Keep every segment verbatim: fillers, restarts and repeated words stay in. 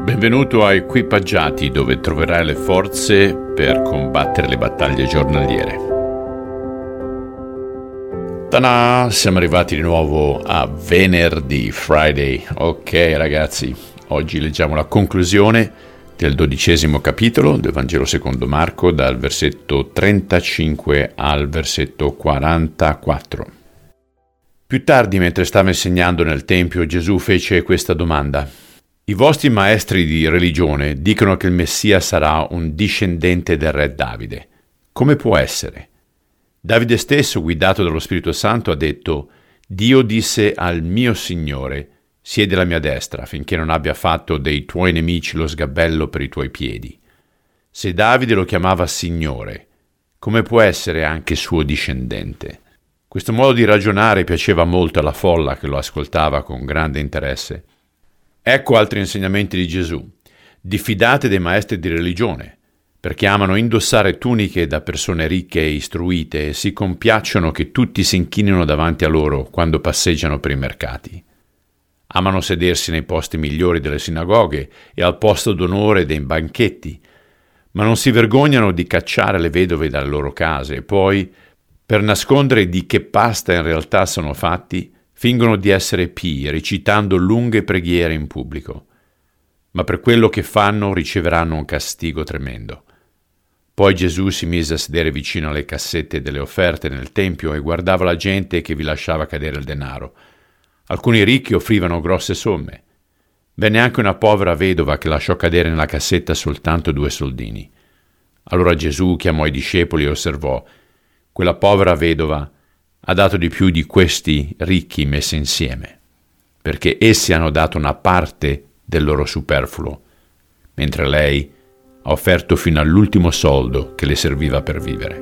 Benvenuto a Equipaggiati, dove troverai le forze per combattere le battaglie giornaliere. Ta-da! Siamo arrivati di nuovo a venerdì, Friday. Ok ragazzi, oggi leggiamo la conclusione del dodicesimo capitolo del Vangelo secondo Marco, dal versetto trentacinque al versetto quarantaquattro. Più tardi, mentre stava insegnando nel Tempio, Gesù fece questa domanda. I vostri maestri di religione dicono che il Messia sarà un discendente del re Davide. Come può essere? Davide stesso, guidato dallo Spirito Santo, ha detto: Dio disse al mio Signore: siedi alla mia destra, finché non abbia fatto dei tuoi nemici lo sgabello per i tuoi piedi. Se Davide lo chiamava Signore, come può essere anche suo discendente? Questo modo di ragionare piaceva molto alla folla che lo ascoltava con grande interesse. Ecco altri insegnamenti di Gesù. Diffidate dei maestri di religione, perché amano indossare tuniche da persone ricche e istruite e si compiacciono che tutti si inchinino davanti a loro quando passeggiano per i mercati. Amano sedersi nei posti migliori delle sinagoghe e al posto d'onore dei banchetti, ma non si vergognano di cacciare le vedove dalle loro case e poi, per nascondere di che pasta in realtà sono fatti, fingono di essere pii, recitando lunghe preghiere in pubblico. Ma per quello che fanno riceveranno un castigo tremendo. Poi Gesù si mise a sedere vicino alle cassette delle offerte nel Tempio e guardava la gente che vi lasciava cadere il denaro. Alcuni ricchi offrivano grosse somme. Venne anche una povera vedova che lasciò cadere nella cassetta soltanto due soldini. Allora Gesù chiamò i discepoli e osservò: quella povera vedova ha dato di più di questi ricchi messi insieme, perché essi hanno dato una parte del loro superfluo, mentre lei ha offerto fino all'ultimo soldo che le serviva per vivere.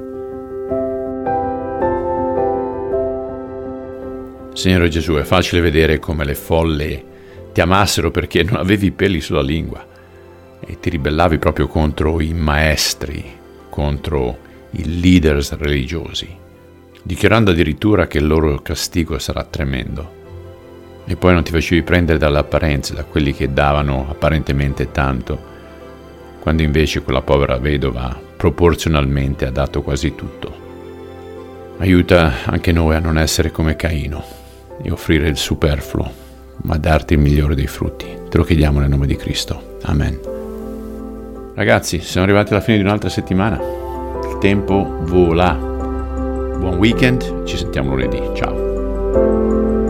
Signore Gesù, è facile vedere come le folle ti amassero perché non avevi peli sulla lingua e ti ribellavi proprio contro i maestri, contro i leaders religiosi, dichiarando addirittura che il loro castigo sarà tremendo. E poi non ti facevi prendere dalle apparenze, da quelli che davano apparentemente tanto, quando invece quella povera vedova proporzionalmente ha dato quasi tutto. Aiuta anche noi a non essere come Caino e offrire il superfluo, ma darti il migliore dei frutti. Te lo chiediamo nel nome di Cristo. Amen. Ragazzi, siamo arrivati alla fine di un'altra settimana. Il tempo vola. Buon weekend, ci sentiamo lunedì. Ciao.